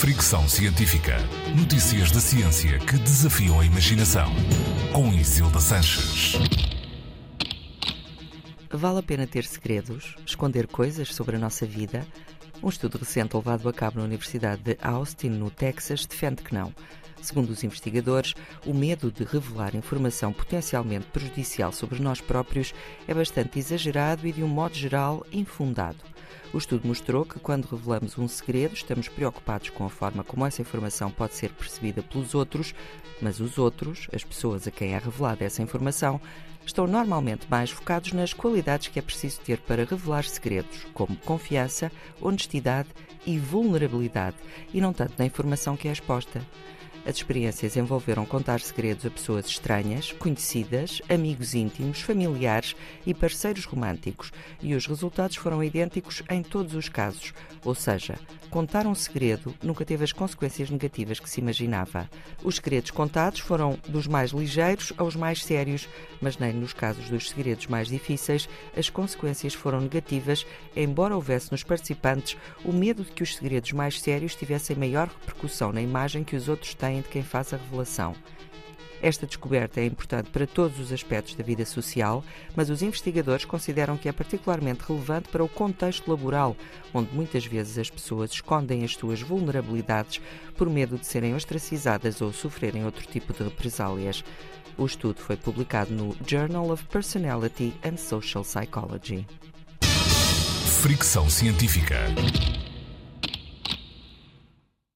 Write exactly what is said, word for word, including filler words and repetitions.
Fricção Científica. Notícias da ciência que desafiam a imaginação. Com Isilda Sanches. Vale a pena ter segredos? Esconder coisas sobre a nossa vida? Um estudo recente levado a cabo na Universidade de Austin, no Texas, defende que não. Segundo os investigadores, o medo de revelar informação potencialmente prejudicial sobre nós próprios é bastante exagerado e, de um modo geral, infundado. O estudo mostrou que, quando revelamos um segredo, estamos preocupados com a forma como essa informação pode ser percebida pelos outros, mas os outros, as pessoas a quem é revelada essa informação, estão normalmente mais focados nas qualidades que é preciso ter para revelar segredos, como confiança, honestidade e vulnerabilidade, e não tanto na informação que é exposta. As experiências envolveram contar segredos a pessoas estranhas, conhecidas, amigos íntimos, familiares e parceiros românticos, e os resultados foram idênticos em todos os casos, ou seja, contar um segredo nunca teve as consequências negativas que se imaginava. Os segredos contados foram dos mais ligeiros aos mais sérios, mas nem nos casos dos segredos mais difíceis as consequências foram negativas, embora houvesse nos participantes o medo de que os segredos mais sérios tivessem maior repercussão na imagem que os outros têm de quem faz a revelação. Esta descoberta é importante para todos os aspectos da vida social, mas os investigadores consideram que é particularmente relevante para o contexto laboral, onde muitas vezes as pessoas escondem as suas vulnerabilidades por medo de serem ostracizadas ou sofrerem outro tipo de represálias. O estudo foi publicado no Journal of Personality and Social Psychology. Fricção Científica.